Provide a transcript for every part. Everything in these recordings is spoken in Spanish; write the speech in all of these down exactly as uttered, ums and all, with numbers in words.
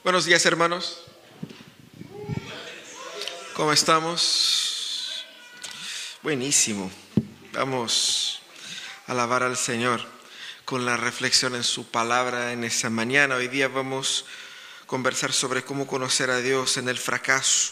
Buenos días, hermanos. ¿Cómo estamos? Buenísimo. Vamos a alabar al Señor con la reflexión en su palabra en esa mañana. Hoy día vamos a conversar sobre cómo conocer a Dios en el fracaso.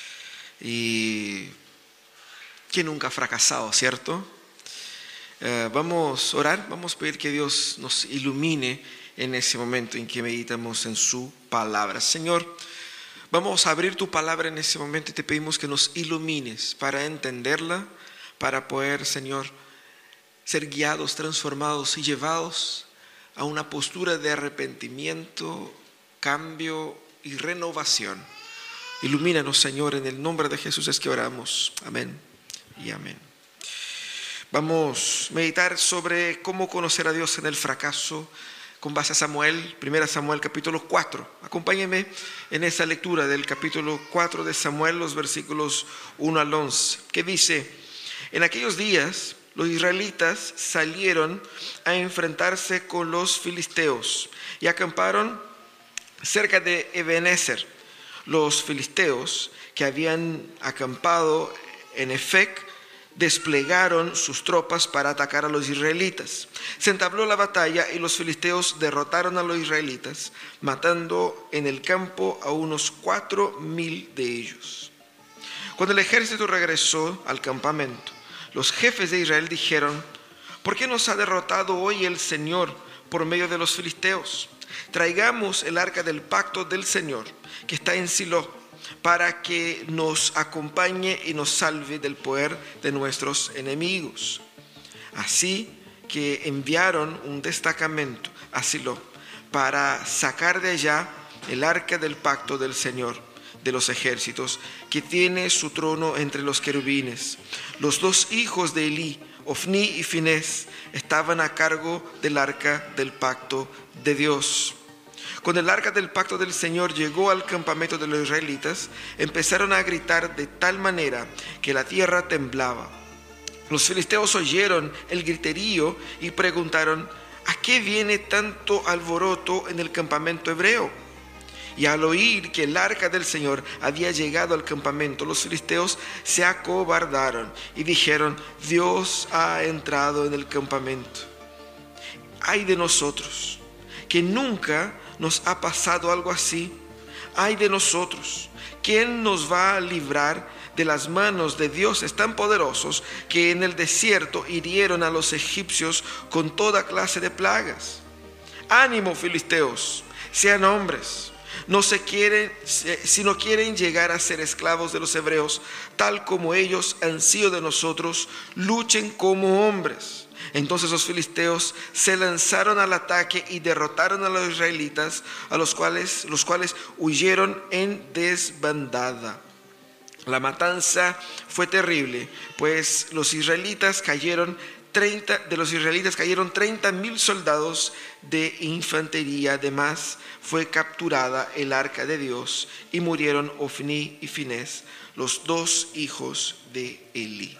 Y ¿quién nunca ha fracasado, cierto? Eh, vamos a orar, vamos a pedir que Dios nos ilumine en ese momento en que meditamos en su palabra. Señor, vamos a abrir tu palabra en ese momento y te pedimos que nos ilumines para entenderla, para poder, Señor, ser guiados, transformados y llevados a una postura de arrepentimiento, cambio y renovación. Ilumínanos, Señor, en el nombre de Jesús es que oramos. Amén y amén. Vamos a meditar sobre cómo conocer a Dios en el fracaso con base a Samuel, primera Samuel capítulo cuatro. Acompáñenme en esa lectura del capítulo cuatro de Samuel, los versículos uno al once, que dice: en aquellos días los israelitas salieron a enfrentarse con los filisteos y acamparon cerca de Ebenezer. Los filisteos que habían acampado en Efec desplegaron sus tropas para atacar a los israelitas. Se entabló la batalla y los filisteos derrotaron a los israelitas, matando en el campo a unos cuatro mil de ellos. Cuando el ejército regresó al campamento, los jefes de Israel dijeron: ¿por qué nos ha derrotado hoy el Señor por medio de los filisteos? Traigamos el arca del pacto del Señor, que está en Silo, para que nos acompañe y nos salve del poder de nuestros enemigos. Así que enviaron un destacamento a Silo para sacar de allá el arca del pacto del Señor de los ejércitos, que tiene su trono entre los querubines. Los dos hijos de Elí, Ofní y Finés, estaban a cargo del arca del pacto de Dios. Cuando el arca del pacto del Señor llegó al campamento de los israelitas, empezaron a gritar de tal manera que la tierra temblaba. Los filisteos oyeron el griterío y preguntaron: ¿a qué viene tanto alboroto en el campamento hebreo? Y al oír que el arca del Señor había llegado al campamento, los filisteos se acobardaron y dijeron: Dios ha entrado en el campamento. Ay de nosotros, que nunca nos ha pasado algo así. Ay de nosotros, ¿quién nos va a librar de las manos de dioses tan poderosos que en el desierto hirieron a los egipcios con toda clase de plagas? Ánimo, filisteos, sean hombres. No se quieren, si no quieren llegar a ser esclavos de los hebreos, tal como ellos han sido de nosotros, luchen como hombres. Entonces los filisteos se lanzaron al ataque y derrotaron a los israelitas, a los cuales, los cuales huyeron en desbandada. La matanza fue terrible, pues los israelitas cayeron treinta, de los israelitas cayeron treinta mil soldados de infantería. Además fue capturada el arca de Dios y murieron Ofní y Finés, los dos hijos de Elí.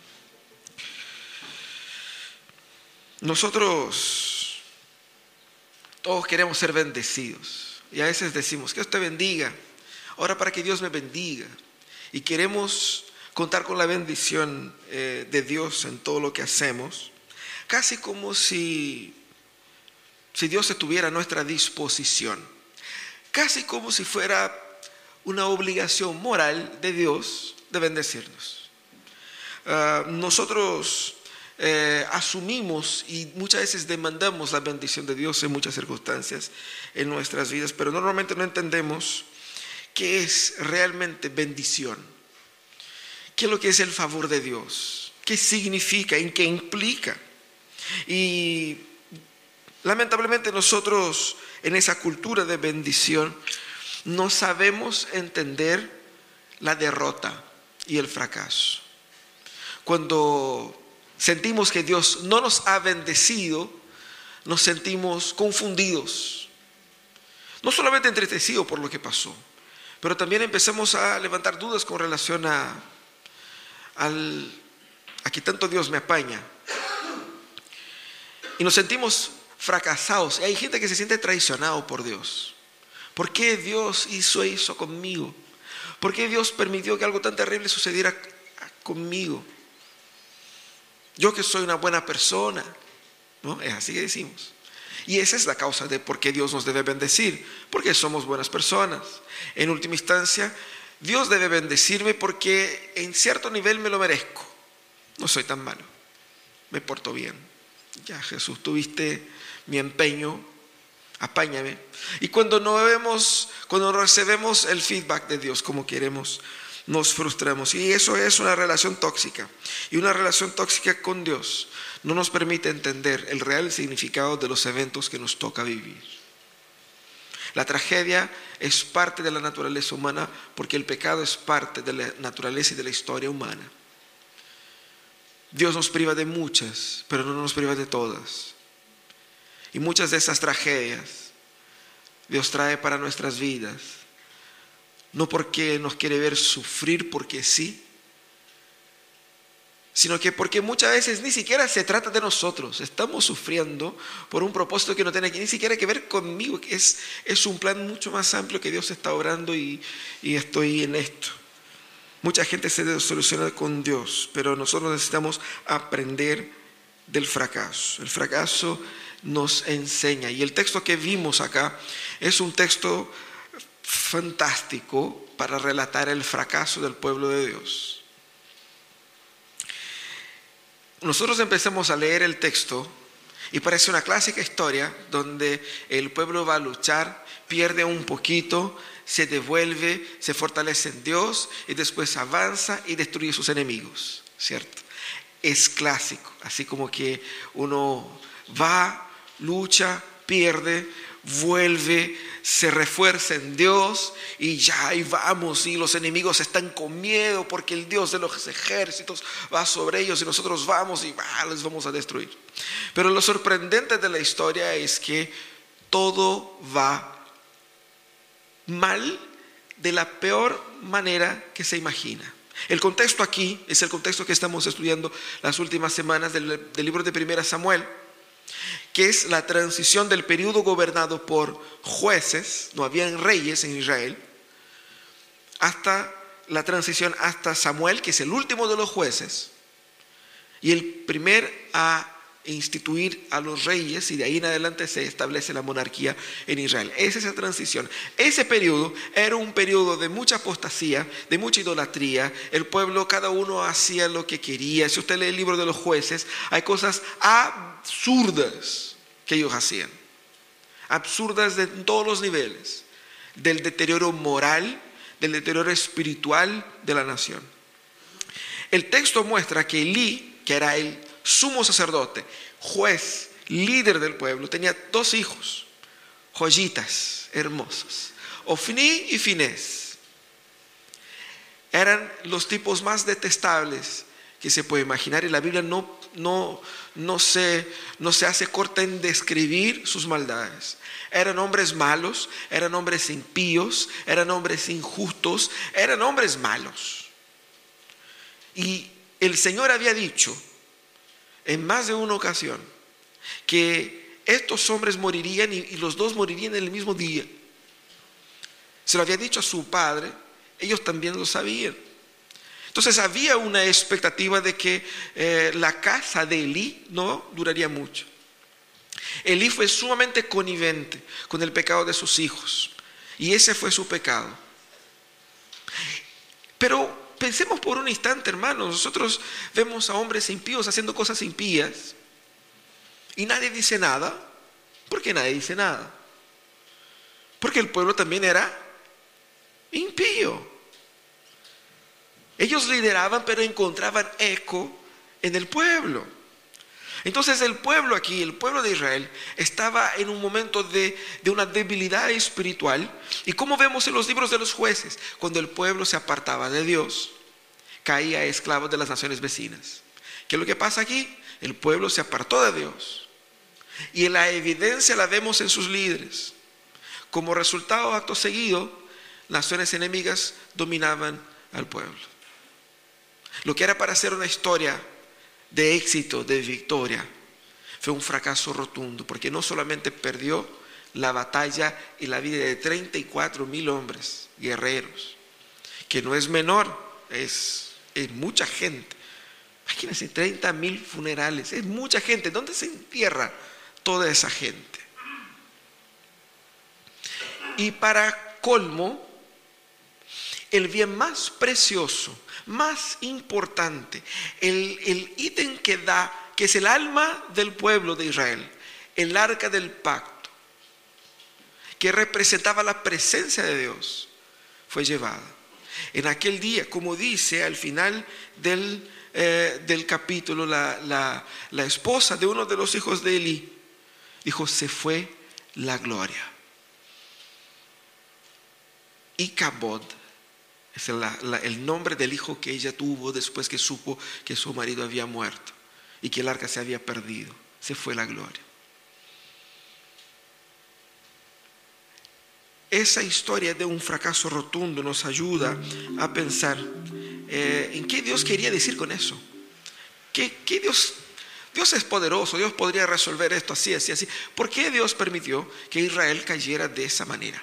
Nosotros todos queremos ser bendecidos y a veces decimos: que Dios te bendiga, ora para que Dios me bendiga, y queremos contar con la bendición eh, de Dios en todo lo que hacemos, casi como si, si Dios estuviera a nuestra disposición, casi como si fuera una obligación moral de Dios de bendecirnos. Uh, nosotros Eh, asumimos y muchas veces demandamos la bendición de Dios en muchas circunstancias en nuestras vidas, pero normalmente no entendemos qué es realmente bendición, qué es lo que es el favor de Dios, qué significa, en qué implica. Y lamentablemente nosotros en esa cultura de bendición no sabemos entender la derrota y el fracaso. Cuando sentimos que Dios no nos ha bendecido, nos sentimos confundidos, no solamente entristecidos por lo que pasó, pero también empezamos a levantar dudas con relación a, al, a que tanto Dios me apaña, y nos sentimos fracasados. Y hay gente que se siente traicionado por Dios, ¿Por qué Dios hizo eso conmigo? ¿Por qué Dios permitió que algo tan terrible sucediera conmigo? Yo que soy una buena persona, ¿no? Es así que decimos. Y esa es la causa de por qué Dios nos debe bendecir, porque somos buenas personas. En última instancia, Dios debe bendecirme porque en cierto nivel me lo merezco. No soy tan malo, me porto bien. Ya, Jesús, tuviste mi empeño, apáñame. Y cuando no vemos, cuando no recibimos el feedback de Dios como queremos, nos frustramos. Y eso es una relación tóxica. Y una relación tóxica con Dios no nos permite entender el real significado de los eventos que nos toca vivir. La tragedia es parte de la naturaleza humana porque el pecado es parte de la naturaleza y de la historia humana. Dios nos priva de muchas, pero no nos priva de todas. Y muchas de esas tragedias Dios trae para nuestras vidas, no porque nos quiere ver sufrir porque sí, sino que porque muchas veces ni siquiera se trata de nosotros. Estamos sufriendo por un propósito que no tiene ni siquiera que ver conmigo. Es, es un plan mucho más amplio que Dios está obrando y, y estoy en esto. Mucha gente se desilusiona con Dios, pero nosotros necesitamos aprender del fracaso. El fracaso nos enseña. Y el texto que vimos acá es un texto fantástico para relatar el fracaso del pueblo de Dios. Nosotros empezamos a leer el texto y parece una clásica historia donde el pueblo va a luchar, pierde un poquito, se devuelve, se fortalece en Dios y después avanza y destruye sus enemigos, ¿cierto? Es clásico, así como que uno va, lucha, pierde, vuelve, se refuerza en Dios y ya ahí vamos, y los enemigos están con miedo porque el Dios de los ejércitos va sobre ellos y nosotros vamos y bah, les vamos a destruir. Pero lo sorprendente de la historia es que todo va mal de la peor manera que se imagina. El contexto aquí es el contexto que estamos estudiando las últimas semanas del, del libro de Primera Samuel, que es la transición del periodo gobernado por jueces, no habían reyes en Israel, hasta la transición hasta Samuel, que es el último de los jueces, y el primer a instituir a los reyes, y de ahí en adelante se establece la monarquía en Israel. Esa es esa transición. Ese periodo era un periodo de mucha apostasía, de mucha idolatría. El pueblo, cada uno hacía lo que quería. Si usted lee el libro de los jueces, hay cosas absurdas que ellos hacían, absurdas de todos los niveles, del deterioro moral, del deterioro espiritual de la nación. El texto muestra que Elí, que era el sumo sacerdote, juez, líder del pueblo, tenía dos hijos, joyitas hermosos, Ofni y Finés. Eran los tipos más detestables que se puede imaginar, y la Biblia no, no, no, se, no se hace corta en describir sus maldades. Eran hombres malos, eran hombres impíos, eran hombres injustos, eran hombres malos. Y el Señor había dicho en más de una ocasión que estos hombres morirían y, y los dos morirían en el mismo día. Se lo había dicho a su padre, ellos también lo sabían. Entonces había una expectativa de que eh, la casa de Elí no duraría mucho. Elí fue sumamente connivente con el pecado de sus hijos, y ese fue su pecado. Pero pensemos por un instante, hermanos, nosotros vemos a hombres impíos haciendo cosas impías y nadie dice nada. ¿Por qué nadie dice nada? Porque el pueblo también era impío. Ellos lideraban, pero encontraban eco en el pueblo. Entonces el pueblo aquí, el pueblo de Israel, estaba en un momento de, de una debilidad espiritual. Y como vemos en los libros de los jueces, cuando el pueblo se apartaba de Dios, caía esclavo de las naciones vecinas. ¿Qué es lo que pasa aquí? El pueblo se apartó de Dios. Y la evidencia la vemos en sus líderes. Como resultado, acto seguido, naciones enemigas dominaban al pueblo. Lo que era para ser una historia de éxito, de victoria, fue un fracaso rotundo, porque no solamente perdió la batalla y la vida de treinta y cuatro mil hombres, guerreros, que no es menor, es, es mucha gente. Imagínense, treinta mil funerales, es mucha gente. ¿Dónde se entierra toda esa gente? Y para colmo, el bien más precioso, más importante, el, el ítem que da, que es el alma del pueblo de Israel, el arca del pacto, que representaba la presencia de Dios, fue llevada. En aquel día, como dice al final del, eh, del capítulo, la, la, la esposa de uno de los hijos de Elí dijo: se fue la gloria. Icabod es el, la, el nombre del hijo que ella tuvo después que supo que su marido había muerto y que el arca se había perdido. Se fue la gloria. Esa historia de un fracaso rotundo nos ayuda a pensar eh, en qué Dios quería decir con eso. ¿Qué, qué Dios, Dios es poderoso, Dios podría resolver esto así, así, así. ¿Por qué Dios permitió que Israel cayera de esa manera?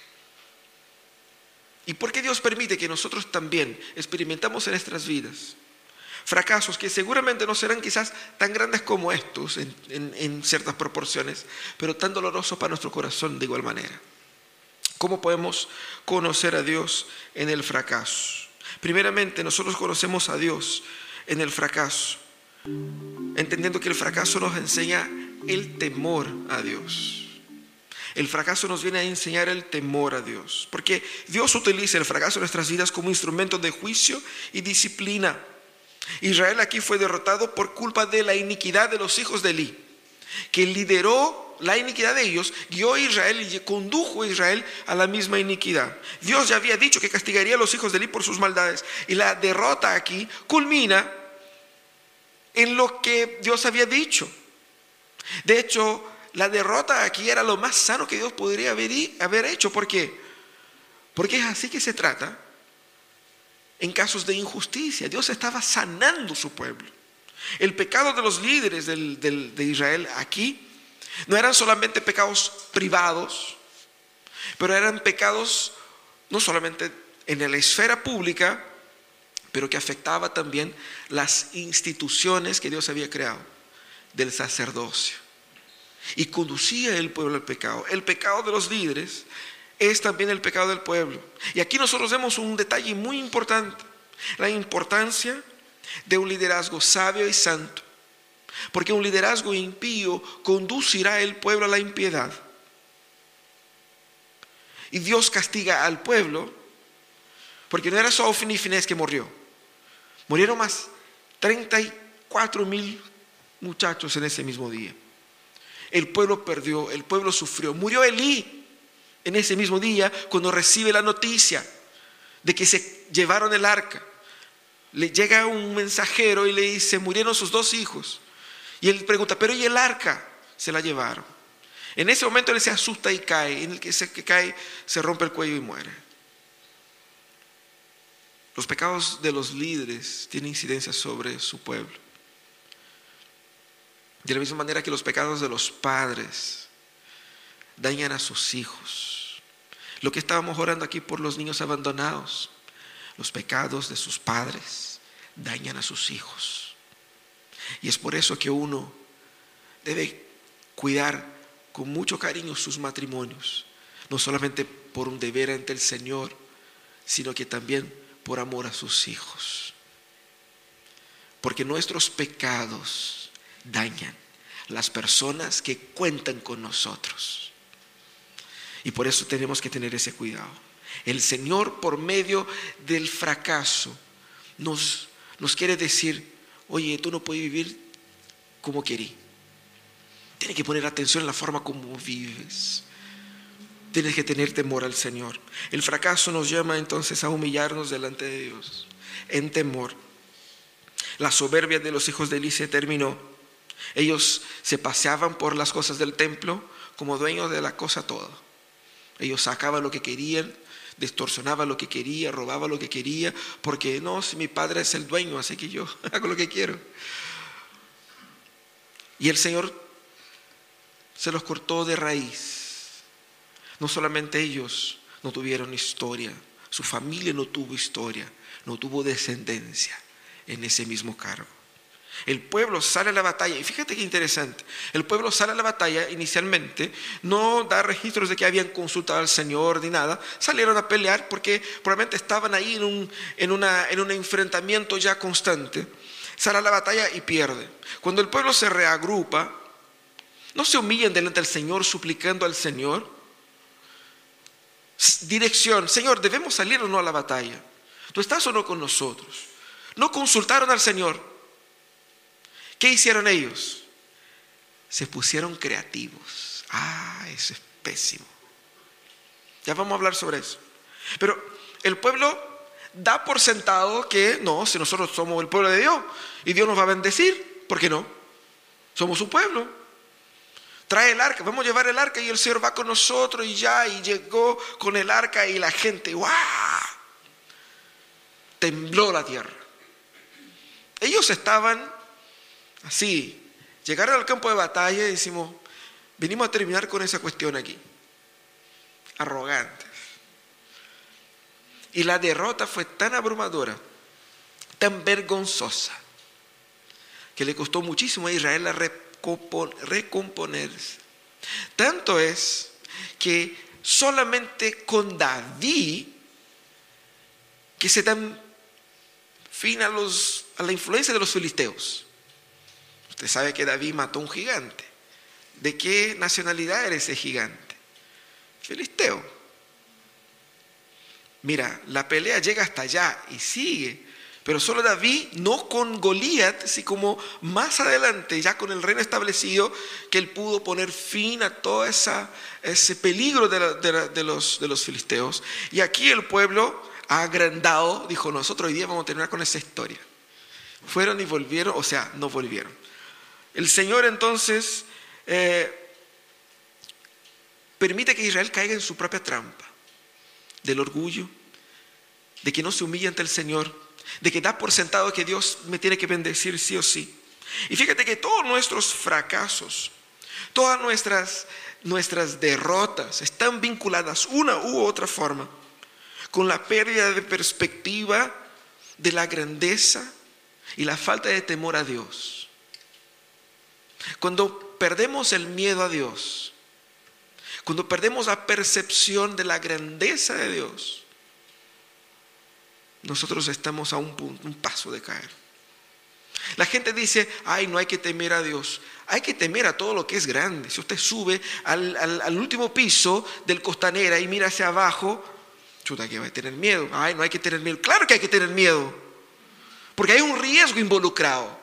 ¿Y por qué Dios permite que nosotros también experimentamos en nuestras vidas fracasos que seguramente no serán quizás tan grandes como estos en, en, en ciertas proporciones, pero tan dolorosos para nuestro corazón de igual manera? ¿Cómo podemos conocer a Dios en el fracaso? Primeramente, nosotros conocemos a Dios en el fracaso, entendiendo que el fracaso nos enseña el temor a Dios. El fracaso nos viene a enseñar el temor a Dios, porque Dios utiliza el fracaso en nuestras vidas como instrumento de juicio y disciplina. Israel aquí fue derrotado por culpa de la iniquidad de los hijos de Elí, que lideró la iniquidad de ellos, guió a Israel y condujo a Israel a la misma iniquidad. Dios ya había dicho que castigaría a los hijos de Elí por sus maldades, y la derrota aquí culmina en lo que Dios había dicho. De hecho, la derrota aquí era lo más sano que Dios podría haber, haber hecho. ¿Por qué? Porque es así que se trata en casos de injusticia. Dios estaba sanando su pueblo. El pecado de los líderes del, del, de Israel aquí no eran solamente pecados privados, pero eran pecados no solamente en la esfera pública, pero que afectaba también las instituciones que Dios había creado del sacerdocio. Y conducía el pueblo al pecado. El pecado de los líderes es también el pecado del pueblo. Y aquí nosotros vemos un detalle muy importante: la importancia de un liderazgo sabio y santo. Porque un liderazgo impío conducirá el pueblo a la impiedad. Y Dios castiga al pueblo, porque no era solo Ofni y Finés que murió. Murieron más treinta y cuatro mil muchachos en ese mismo día. El pueblo perdió, el pueblo sufrió. Murió Elí en ese mismo día cuando recibe la noticia de que se llevaron el arca. Le llega un mensajero y le dice: murieron sus dos hijos. Y él pregunta: pero ¿y el arca? Se la llevaron. En ese momento él se asusta y cae. En el que se que cae se rompe el cuello y muere. Los pecados de los líderes tienen incidencia sobre su pueblo. De la misma manera que los pecados de los padres dañan a sus hijos. Lo que estábamos orando aquí por los niños abandonados, los pecados de sus padres dañan a sus hijos. Y es por eso que uno debe cuidar con mucho cariño sus matrimonios, no solamente por un deber ante el Señor, sino que también por amor a sus hijos. Porque nuestros pecados dañan las personas que cuentan con nosotros. Y por eso tenemos que tener ese cuidado. El Señor, por medio del fracaso, nos, nos quiere decir: oye, tú no puedes vivir como querí. Tienes que poner atención en la forma como vives. Tienes que tener temor al Señor. El fracaso nos llama entonces a humillarnos delante de Dios en temor. La soberbia de los hijos de Elí se terminó. Ellos se paseaban por las cosas del templo como dueños de la cosa toda. Ellos sacaban lo que querían, distorsionaban lo que quería, robaban lo que quería, porque no, si mi padre es el dueño, así que yo hago lo que quiero. Y el Señor se los cortó de raíz. No solamente ellos no tuvieron historia, su familia no tuvo historia, no tuvo descendencia en ese mismo cargo. El pueblo sale a la batalla, y fíjate qué interesante, el pueblo sale a la batalla inicialmente, no da registros de que habían consultado al Señor ni nada, salieron a pelear porque probablemente estaban ahí en un, en una, en un enfrentamiento ya constante. Sale a la batalla y pierde. Cuando el pueblo se reagrupa, no se humillan delante del Señor suplicando al Señor dirección. Señor, ¿debemos salir o no a la batalla? ¿Tú estás o no con nosotros? No consultaron al Señor. ¿Qué hicieron ellos? Se pusieron creativos. Ah, eso es pésimo. Ya vamos a hablar sobre eso. Pero el pueblo da por sentado que no, si nosotros somos el pueblo de Dios y Dios nos va a bendecir, ¿por qué no? Somos su pueblo. Trae el arca, vamos a llevar el arca y el Señor va con nosotros y ya, y llegó con el arca y la gente, ¡guau! Tembló la tierra. Ellos estaban así, llegaron al campo de batalla y decimos, venimos a terminar con esa cuestión aquí. Arrogantes. Y la derrota fue tan abrumadora, tan vergonzosa, que le costó muchísimo a Israel a recomponerse. Tanto es que solamente con David, que se dan fin a, los, a la influencia de los filisteos. Usted sabe que David mató a un gigante. ¿De qué nacionalidad era ese gigante? Filisteo. Mira, la pelea llega hasta allá y sigue. Pero solo David, no con Goliat, sino como más adelante, ya con el reino establecido, que él pudo poner fin a todo esa, ese peligro de, la, de, la, de, los, de los filisteos. Y aquí el pueblo agrandado dijo, nosotros hoy día vamos a terminar con esa historia. Fueron y volvieron, o sea, no volvieron. El Señor entonces eh, permite que Israel caiga en su propia trampa del orgullo, de que no se humilla ante el Señor, de que da por sentado que Dios me tiene que bendecir sí o sí. Y fíjate que todos nuestros fracasos, todas nuestras, nuestras derrotas están vinculadas una u otra forma con la pérdida de perspectiva de la grandeza y la falta de temor a Dios. Cuando perdemos el miedo a Dios, cuando perdemos la percepción de la grandeza de Dios, nosotros estamos a un, punto, un paso de caer. La gente dice, ay, no hay que temer a Dios. Hay que temer a todo lo que es grande. Si usted sube al, al, al último piso del Costanera y mira hacia abajo, chuta, que va a tener miedo. Ay, no hay que tener miedo. Claro que hay que tener miedo, porque hay un riesgo involucrado.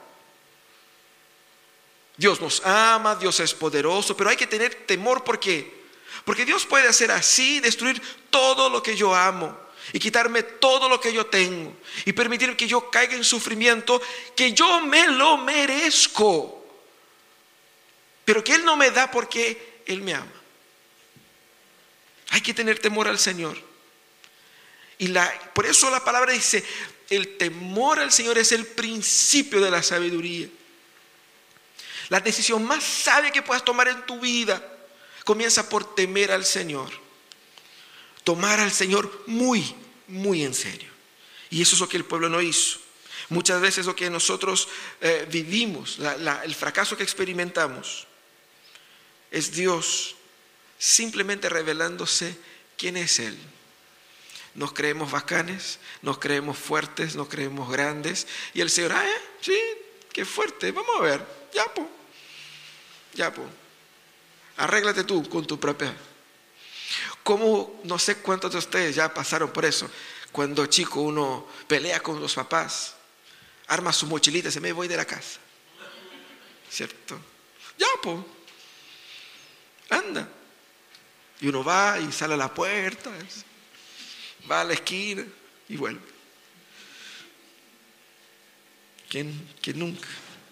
Dios nos ama, Dios es poderoso, pero hay que tener temor. ¿Por qué? Porque Dios puede hacer así, destruir todo lo que yo amo y quitarme todo lo que yo tengo y permitir que yo caiga en sufrimiento que yo me lo merezco, pero que Él no me da porque Él me ama. Hay que tener temor al Señor. Y la, por eso la palabra dice, el temor al Señor es el principio de la sabiduría. La decisión más sabia que puedas tomar en tu vida comienza por temer al Señor. Tomar al Señor muy, muy en serio. Y eso es lo que el pueblo no hizo. Muchas veces lo que nosotros eh, vivimos, la, la, el fracaso que experimentamos, es Dios simplemente revelándose quién es Él. Nos creemos bacanes, nos creemos fuertes, nos creemos grandes. Y el Señor, ah, ¿eh? Sí, qué fuerte, vamos a ver. Ya, po. Ya, po. Arréglate tú con tu propia. Como no sé cuántos de ustedes ya pasaron por eso. Cuando chico uno pelea con los papás, arma su mochilita y dice, me voy de la casa. ¿Cierto? Ya, po. Anda. Y uno va y sale a la puerta, va a la esquina y vuelve. ¿Quién, quién nunca?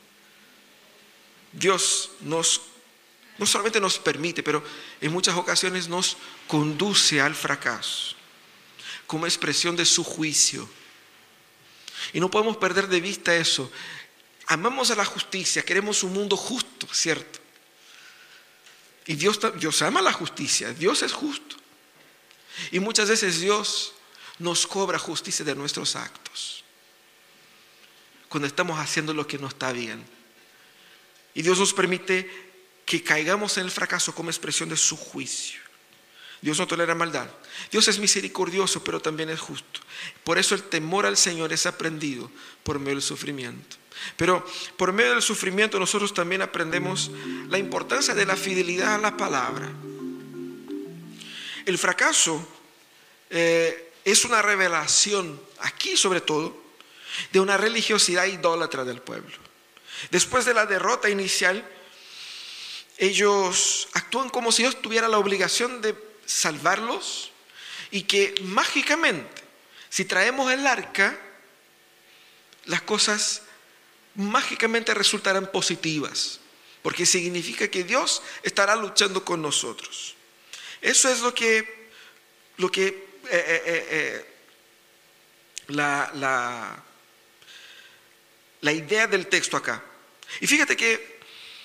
Dios nos, no solamente nos permite, pero en muchas ocasiones nos conduce al fracaso como expresión de su juicio. Y no podemos perder de vista eso. Amamos a la justicia, queremos un mundo justo, ¿cierto? Y Dios, Dios ama la justicia, Dios es justo. Y muchas veces Dios nos cobra justicia de nuestros actos, cuando estamos haciendo lo que no está bien. Y Dios nos permite que caigamos en el fracaso como expresión de su juicio. Dios no tolera maldad. Dios es misericordioso, pero también es justo. Por eso el temor al Señor es aprendido por medio del sufrimiento. Pero por medio del sufrimiento nosotros también aprendemos la importancia de la fidelidad a la palabra. El fracaso eh, es una revelación, aquí sobre todo, de una religiosidad idólatra del pueblo. Después de la derrota inicial, ellos actúan como si Dios tuviera la obligación de salvarlos y que mágicamente, si traemos el arca, las cosas mágicamente resultarán positivas, porque significa que Dios estará luchando con nosotros. Eso es lo que, lo que eh, eh, eh, la, la, la idea del texto acá. Y fíjate que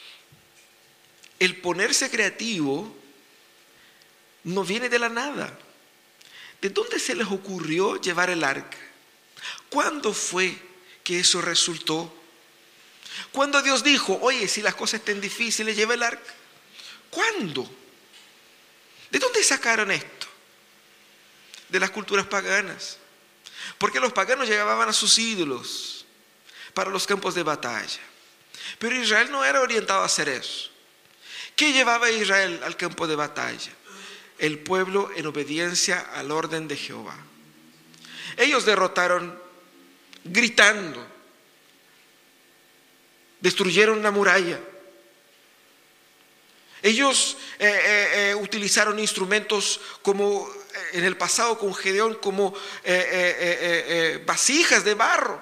el ponerse creativo no viene de la nada. ¿De dónde se les ocurrió llevar el arca? ¿Cuándo fue que eso resultó? ¿Cuándo Dios dijo, oye, si las cosas estén difíciles, lleva el arca? ¿Cuándo? ¿De dónde sacaron esto? De las culturas paganas. Porque los paganos llevaban a sus ídolos para los campos de batalla. Pero Israel no era orientado a hacer eso. ¿Qué llevaba Israel al campo de batalla? El pueblo en obediencia al orden de Jehová. Ellos derrotaron gritando, destruyeron la muralla. Ellos eh, eh, eh, utilizaron instrumentos como en el pasado con Gedeón, como eh, eh, eh, eh, vasijas de barro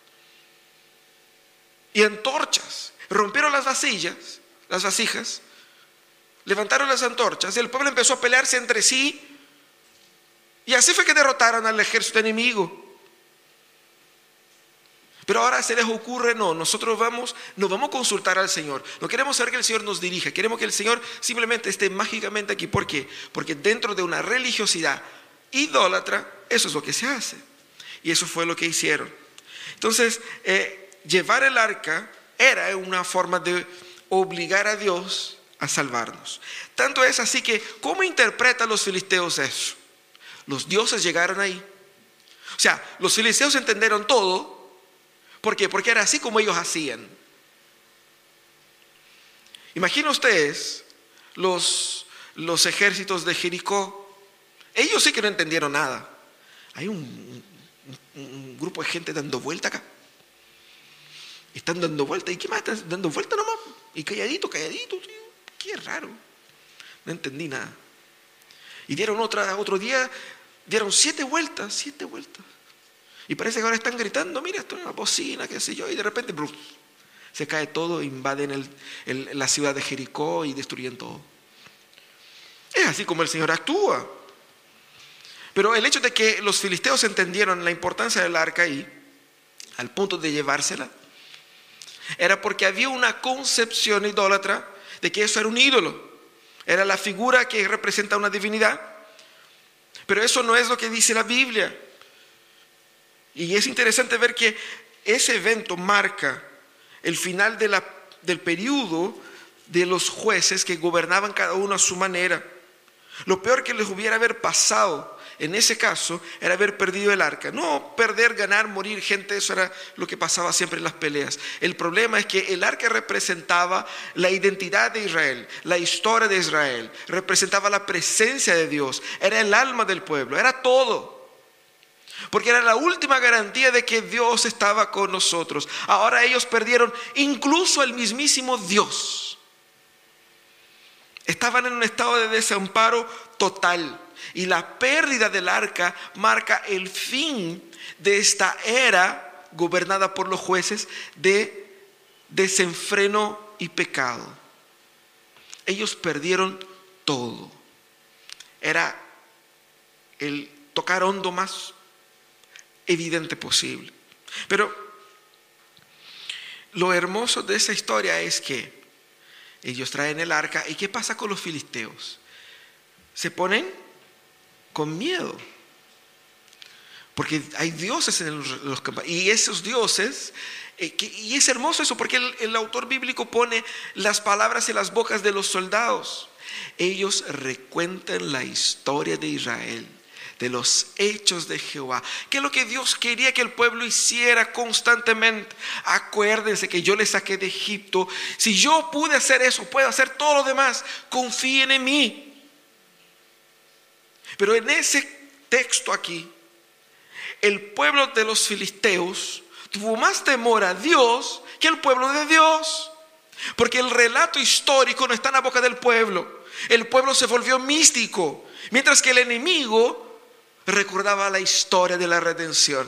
y antorchas. Rompieron las vasillas, las vasijas, levantaron las antorchas y el pueblo empezó a pelearse entre sí, y así fue que derrotaron al ejército enemigo. Pero ahora se les ocurre, no, nosotros vamos, nos vamos a consultar al Señor. No queremos saber que el Señor nos dirija, queremos que el Señor simplemente esté mágicamente aquí. ¿Por qué? Porque dentro de una religiosidad idólatra, eso es lo que se hace. Y eso fue lo que hicieron. Entonces, eh, llevar el arca era una forma de obligar a Dios a salvarnos. Tanto es así que, ¿cómo interpretan los filisteos eso? Los dioses llegaron ahí. O sea, los filisteos entendieron todo. ¿Por qué? Porque era así como ellos hacían. Imaginen ustedes los, los ejércitos de Jericó. Ellos sí que no entendieron nada. Hay un, un, un grupo de gente dando vuelta acá. Están dando vuelta. ¿Y qué más? Están dando vuelta nomás. Y calladito, calladito. Tío. Qué raro. No entendí nada. Y dieron otra, otro día, dieron siete vueltas, siete vueltas. Y parece que ahora están gritando, mira, esto es una bocina, qué sé yo, y de repente bruf, se cae todo, invaden el, el, la ciudad de Jericó y destruyen todo. Es así como el Señor actúa. Pero el hecho de que los filisteos entendieron la importancia del arca ahí, al punto de llevársela, era porque había una concepción idólatra de que eso era un ídolo. Era la figura que representa una divinidad. Pero eso no es lo que dice la Biblia. Y es interesante ver que ese evento marca el final de la, del periodo de los jueces que gobernaban cada uno a su manera. Lo peor que les hubiera haber pasado en ese caso era haber perdido el arca. No perder, ganar, morir, gente, eso era lo que pasaba siempre en las peleas. El problema es que el arca representaba la identidad de Israel, la historia de Israel, representaba la presencia de Dios, era el alma del pueblo, era todo. Porque era la última garantía de que Dios estaba con nosotros. Ahora ellos perdieron incluso el mismísimo Dios. Estaban en un estado de desamparo total. Y la pérdida del arca marca el fin de esta era gobernada por los jueces de desenfreno y pecado. Ellos perdieron todo. Era el tocar hondo más evidente posible. Pero lo hermoso de esa historia es que Ellos traen el arca. ¿Y qué pasa con los filisteos? Se ponen con miedo. Porque hay dioses en los campamentos. Y esos dioses, eh, que, y es hermoso eso, porque el, el autor bíblico pone las palabras en las bocas de los soldados. Ellos recuentan la historia de Israel, de los hechos de Jehová, que es lo que Dios quería que el pueblo hiciera constantemente. Acuérdense que yo les saqué de Egipto. Si yo pude hacer eso, puedo hacer todo lo demás. Confíen en mí. Pero en ese texto aquí, el pueblo de los filisteos tuvo más temor a Dios que el pueblo de Dios. Porque el relato histórico no está en la boca del pueblo. El pueblo se volvió místico, mientras que el enemigo recordaba la historia de la redención.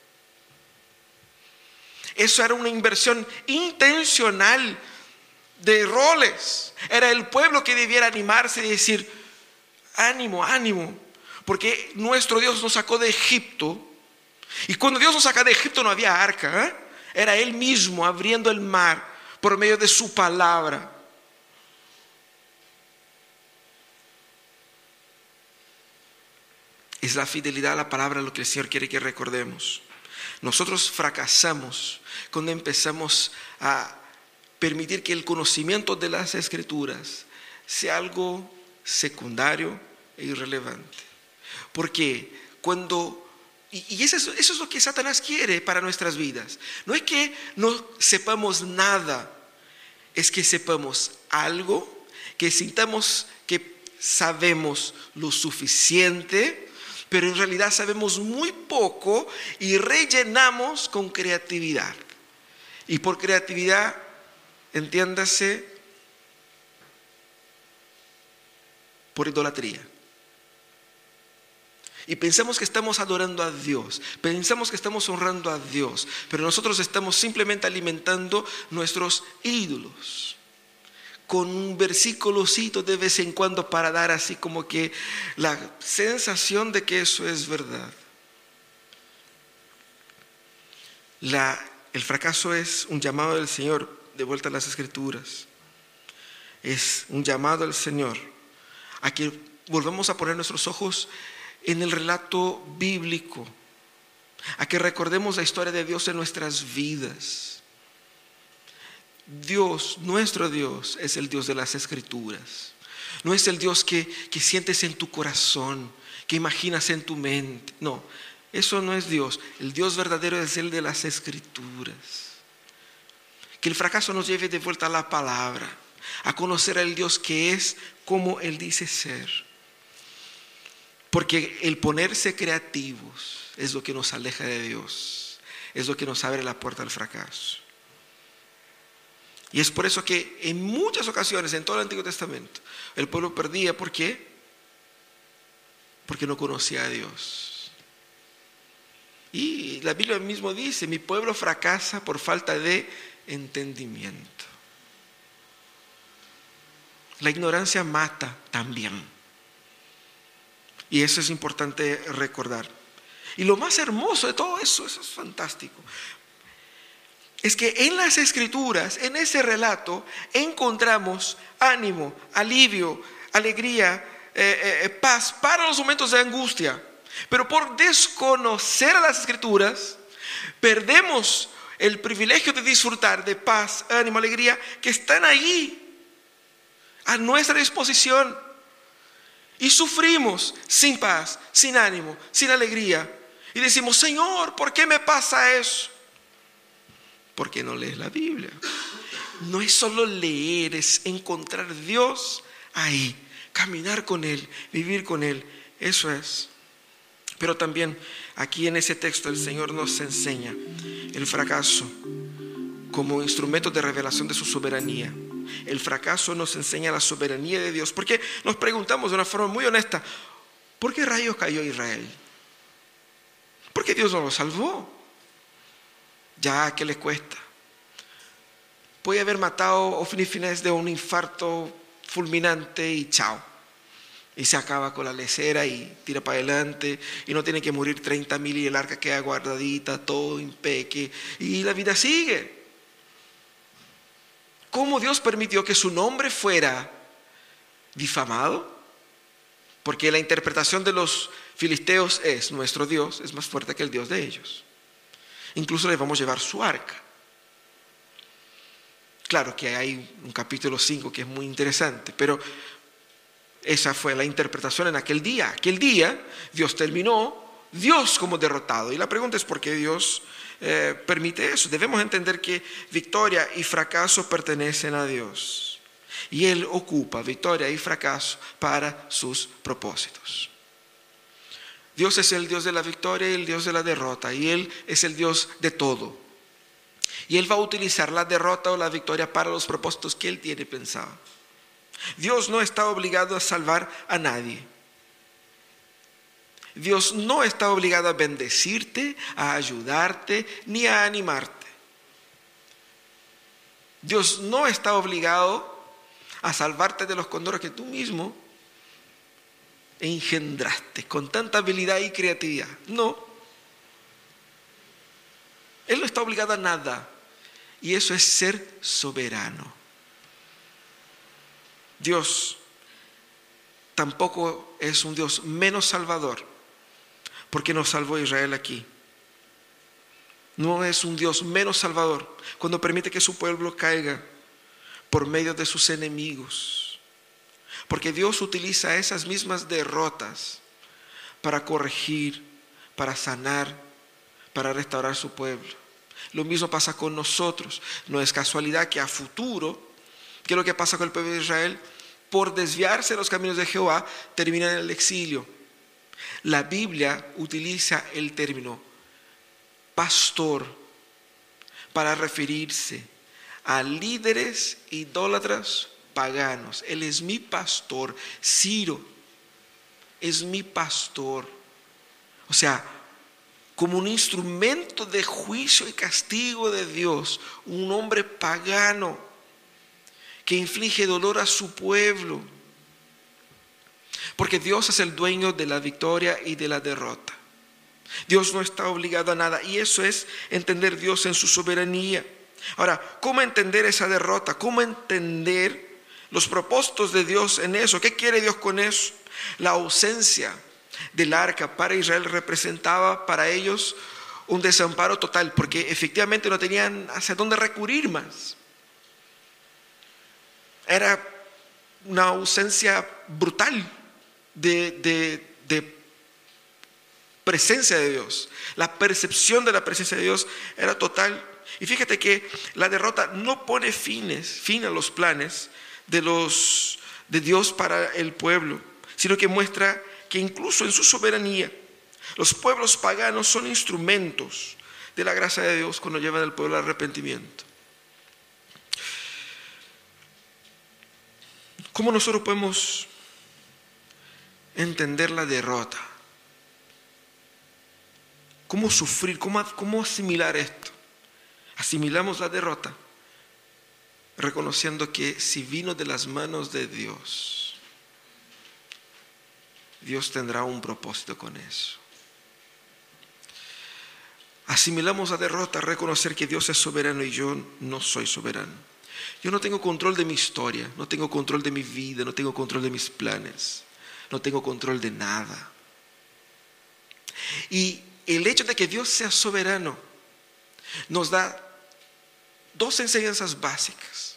Eso era una inversión intencional de roles. Era el pueblo que debiera animarse y decir: ánimo, ánimo, porque nuestro Dios nos sacó de Egipto. Y cuando Dios nos saca de Egipto no había arca, ¿eh? Era Él mismo abriendo el mar por medio de su palabra. Es la fidelidad a la palabra lo que el Señor quiere que recordemos. Nosotros fracasamos cuando empezamos a permitir que el conocimiento de las Escrituras sea algo secundario e irrelevante. Porque cuando, y, y eso, es, eso es lo que Satanás quiere para nuestras vidas. No es que no sepamos nada, es que sepamos algo, que sintamos que sabemos lo suficiente, pero en realidad sabemos muy poco y rellenamos con creatividad. Y por creatividad, entiéndase, por idolatría. Y pensamos que estamos adorando a Dios, pensamos que estamos honrando a Dios, pero nosotros estamos simplemente alimentando nuestros ídolos con un versículocito de vez en cuando para dar así como que la sensación de que eso es verdad. La, el fracaso es un llamado del Señor de vuelta a las Escrituras. Es un llamado al Señor a que volvamos a poner nuestros ojos en el relato bíblico, a que recordemos la historia de Dios en nuestras vidas. Dios, nuestro Dios, es el Dios de las Escrituras. No es el Dios que, que sientes en tu corazón, que imaginas en tu mente. No, eso no es Dios. El Dios verdadero es el de las Escrituras. Que el fracaso nos lleve de vuelta a la palabra, a conocer al Dios que es como Él dice ser. Porque el ponerse creativos es lo que nos aleja de Dios, es lo que nos abre la puerta al fracaso. Y es por eso que en muchas ocasiones, en todo el Antiguo Testamento, el pueblo perdía. ¿Por qué? Porque no conocía a Dios. Y la Biblia mismo dice: mi pueblo fracasa por falta de entendimiento. La ignorancia mata también. Y eso es importante recordar. Y lo más hermoso de todo eso, eso es fantástico, es que en las Escrituras, en ese relato, encontramos ánimo, alivio, alegría, eh, eh, paz para los momentos de angustia. Pero por desconocer a las Escrituras, perdemos el privilegio de disfrutar de paz, ánimo, alegría, que están ahí, a nuestra disposición. Y sufrimos sin paz, sin ánimo, sin alegría. Y decimos: Señor, ¿por qué me pasa eso? Porque no lees la Biblia. No es solo leer, es encontrar a Dios ahí, caminar con Él, vivir con Él. Eso es. Pero también aquí en ese texto el Señor nos enseña el fracaso como instrumento de revelación de su soberanía. El fracaso nos enseña la soberanía de Dios, porque nos preguntamos de una forma muy honesta: ¿por qué rayos cayó Israel? ¿Por qué Dios no lo salvó? Ya, ¿qué le cuesta? Puede haber matado a Ofni y Finés de un infarto fulminante y chao. Y se acaba con la lecera y tira para adelante, y no tiene que morir treinta mil y el arca queda guardadita, todo impeque, y la vida sigue. ¿cómo Dios permitió que su nombre fuera difamado? Porque la interpretación de los filisteos es: nuestro Dios es más fuerte que el Dios de ellos. Incluso les vamos a llevar su arca. Claro que hay un capítulo cinco que es muy interesante, pero esa fue la interpretación en aquel día. Aquel día Dios terminó, Dios como derrotado. Y la pregunta es: ¿por qué Dios eh, permite eso? Debemos entender que victoria y fracaso pertenecen a Dios. Y Él ocupa victoria y fracaso para sus propósitos. Dios es el Dios de la victoria y el Dios de la derrota. Y Él es el Dios de todo. Y Él va a utilizar la derrota o la victoria para los propósitos que Él tiene pensado. Dios no está obligado a salvar a nadie. Dios no está obligado a bendecirte, a ayudarte, ni a animarte. Dios no está obligado a salvarte de los condoros que tú mismo engendraste con tanta habilidad y creatividad. No. Él no está obligado a nada. Y eso es ser soberano. Dios tampoco es un Dios menos salvador porque nos salvó a Israel aquí. No es un Dios menos salvador cuando permite que su pueblo caiga por medio de sus enemigos. Porque Dios utiliza esas mismas derrotas para corregir, para sanar, para restaurar su pueblo. Lo mismo pasa con nosotros. No es casualidad que a futuro, ¿qué es lo que pasa con el pueblo de Israel? Por desviarse de los caminos de Jehová, terminan en el exilio. La Biblia utiliza el término pastor para referirse a líderes idólatras paganos. Él es mi pastor. Ciro es mi pastor. O sea, como un instrumento de juicio y castigo de Dios, un hombre pagano que inflige dolor a su pueblo. Porque Dios es el dueño de la victoria y de la derrota. Dios no está obligado a nada, y eso es entender Dios en su soberanía. Ahora, ¿cómo entender esa derrota? ¿Cómo entender los propósitos de Dios en eso? ¿Qué quiere Dios con eso? La ausencia del arca para Israel representaba para ellos un desamparo total, porque efectivamente no tenían hacia dónde recurrir más. Era una ausencia brutal de, de, de presencia de Dios. La percepción de la presencia de Dios era total. Y fíjate que la derrota no pone fines, fin a los planes de, los, de Dios para el pueblo, sino que muestra que incluso en su soberanía, los pueblos paganos son instrumentos de la gracia de Dios cuando llevan al pueblo al arrepentimiento. ¿Cómo nosotros podemos entender la derrota? ¿Cómo sufrir? ¿Cómo, cómo asimilar esto? Asimilamos la derrota reconociendo que si vino de las manos de Dios, Dios tendrá un propósito con eso. Asimilamos la derrota, reconocer que Dios es soberano y yo no soy soberano. Yo no tengo control de mi historia, no tengo control de mi vida, no tengo control de mis planes, no tengo control de nada. Y el hecho de que Dios sea soberano nos da dos enseñanzas básicas.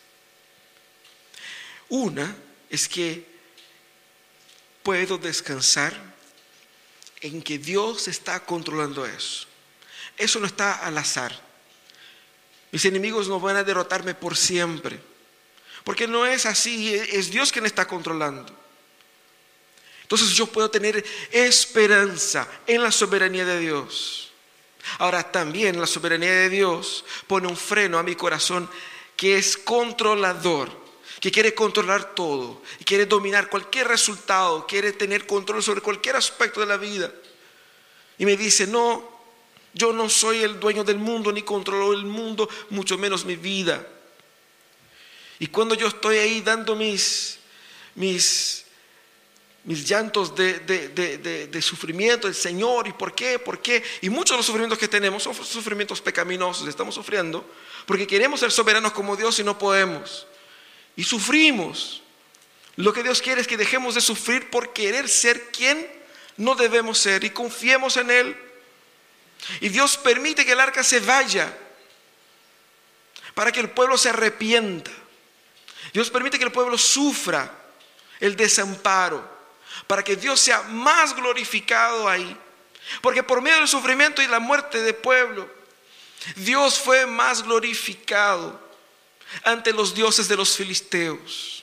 Una es que puedo descansar en que Dios está controlando eso. Eso no está al azar. Mis enemigos no van a derrotarme por siempre, porque no es así, es Dios quien está controlando. Entonces yo puedo tener esperanza en la soberanía de Dios. Ahora también la soberanía de Dios pone un freno a mi corazón que es controlador, que quiere controlar todo, quiere dominar cualquier resultado, quiere tener control sobre cualquier aspecto de la vida. Y me dice, no, yo no soy el dueño del mundo, ni controlo el mundo, mucho menos mi vida. Y cuando yo estoy ahí dando mis, mis mis llantos de, de, de, de, de sufrimiento, el Señor, ¿y por qué? ¿Por qué? Y muchos de los sufrimientos que tenemos son sufrimientos pecaminosos, estamos sufriendo porque queremos ser soberanos como Dios y no podemos. Y sufrimos. Lo que Dios quiere es que dejemos de sufrir por querer ser quien no debemos ser y confiemos en Él. Y Dios permite que el arca se vaya para que el pueblo se arrepienta. Dios permite que el pueblo sufra el desamparo para que Dios sea más glorificado ahí. Porque por medio del sufrimiento y la muerte del pueblo, Dios fue más glorificado ante los dioses de los filisteos.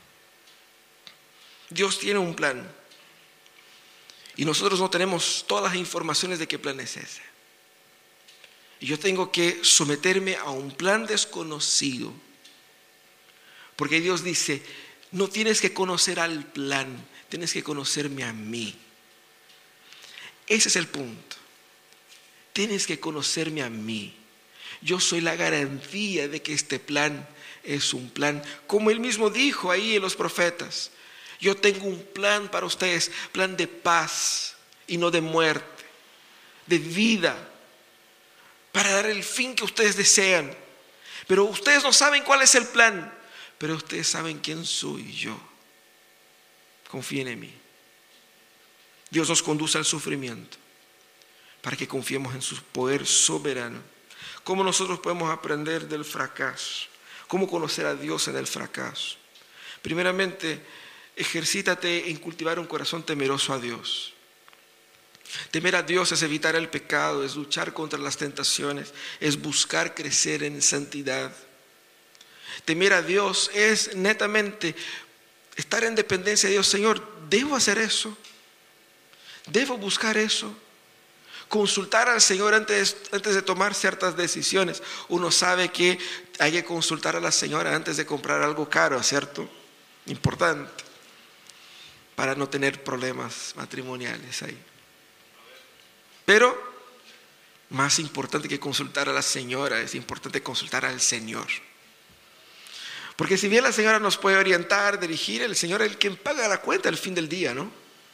Dios tiene un plan y nosotros no tenemos todas las informaciones de qué plan es ese. Y yo tengo que someterme a un plan desconocido, porque Dios dice: no tienes que conocer al plan, tienes que conocerme a mí. Ese es el punto. Tienes que conocerme a mí. Yo soy la garantía de que este plan es un plan, como Él mismo dijo ahí en los profetas: yo tengo un plan para ustedes, plan de paz y no de muerte, de vida, para dar el fin que ustedes desean. Pero ustedes no saben cuál es el plan, pero ustedes saben quién soy yo. Confíen en mí. Dios nos conduce al sufrimiento para que confiemos en su poder soberano. ¿Cómo nosotros podemos aprender del fracaso? ¿Cómo conocer a Dios en el fracaso? Primeramente, ejercítate en cultivar un corazón temeroso a Dios. Temer a Dios es evitar el pecado, es luchar contra las tentaciones, es buscar crecer en santidad. Temer a Dios es netamente estar en dependencia de Dios. Señor, ¿debo hacer eso? ¿Debo buscar eso? Consultar al Señor antes, antes de tomar ciertas decisiones. Uno sabe que hay que consultar a la señora antes de comprar algo caro, ¿cierto? Importante, para no tener problemas matrimoniales ahí. Pero más importante que consultar a la señora, es importante consultar al Señor. Porque si bien la señora nos puede orientar, dirigir, el Señor es el quien paga la cuenta al fin del día, ¿no?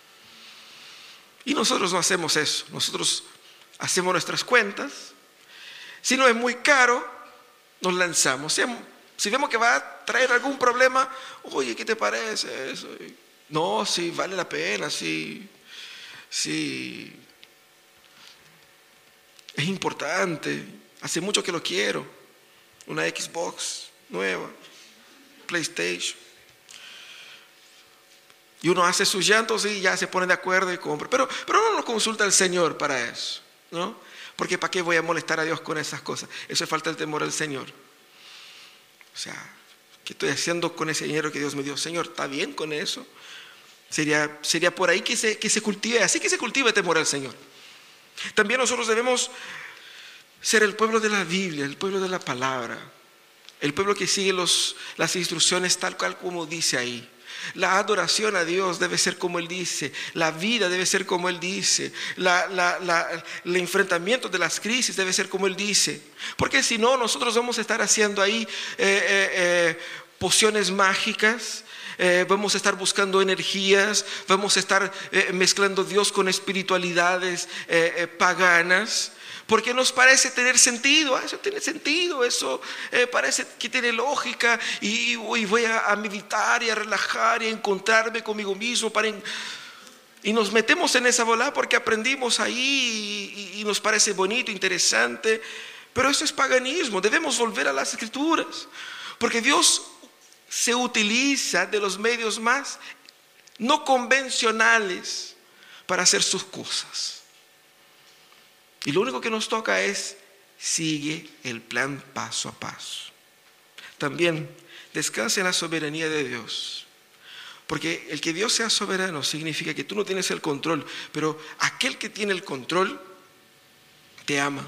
Y nosotros no hacemos eso. Nosotros hacemos nuestras cuentas. Si no es muy caro, nos lanzamos. Si, si vemos que va a traer algún problema, oye, ¿qué te parece eso? No, sí, vale la pena, sí, sí. Es importante. Hace mucho que lo quiero. Una Xbox nueva, PlayStation. Y uno hace sus llantos y ya se pone de acuerdo y compra. Pero, pero no nos consulta al Señor para eso, ¿no? Porque ¿para qué voy a molestar a Dios con esas cosas? Eso es falta el temor al Señor. O sea, ¿qué estoy haciendo con ese dinero que Dios me dio? Señor, ¿está bien con eso? Sería, sería por ahí que se, que se cultive, así que se cultive el temor al Señor. También nosotros debemos ser el pueblo de la Biblia, el pueblo de la palabra, el pueblo que sigue los, las instrucciones tal cual como dice ahí. La adoración a Dios debe ser como Él dice, la vida debe ser como Él dice, la, la, la, el enfrentamiento de las crisis debe ser como Él dice, porque si no nosotros vamos a estar haciendo ahí eh, eh, eh, pociones mágicas. Eh, vamos a estar buscando energías, vamos a estar eh, mezclando Dios con espiritualidades eh, eh, paganas, porque nos parece tener sentido. Eso tiene sentido, eso eh, parece que tiene lógica, y, y voy a, a meditar y a relajar y a encontrarme conmigo mismo para en, y nos metemos en esa bola porque aprendimos ahí y, y nos parece bonito, interesante, pero eso es paganismo. Debemos volver a las Escrituras, porque Dios se utiliza de los medios más no convencionales para hacer sus cosas. Y lo único que nos toca es sigue el plan paso a paso. También descansa en la soberanía de Dios. Porque el que Dios sea soberano significa que tú no tienes el control, pero aquel que tiene el control te ama.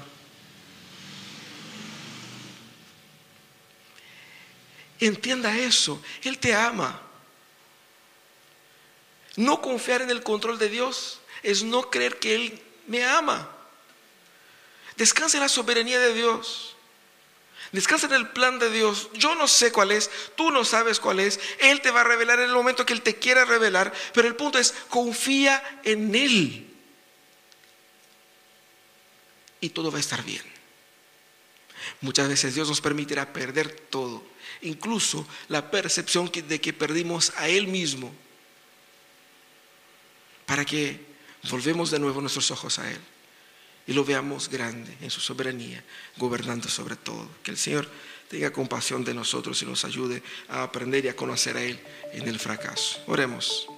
Entienda eso, Él te ama. No confiar en el control de Dios es no creer que Él me ama. Descansa en la soberanía de Dios. Descansa en el plan de Dios. Yo no sé cuál es, tú no sabes cuál es. Él te va a revelar en el momento que Él te quiera revelar. Pero el punto es, confía en Él. Y todo va a estar bien. Muchas veces Dios nos permitirá perder todo, incluso la percepción de que perdimos a Él mismo, para que volvemos de nuevo nuestros ojos a Él y lo veamos grande en su soberanía, gobernando sobre todo. Que el Señor tenga compasión de nosotros y nos ayude a aprender y a conocer a Él en el fracaso. Oremos.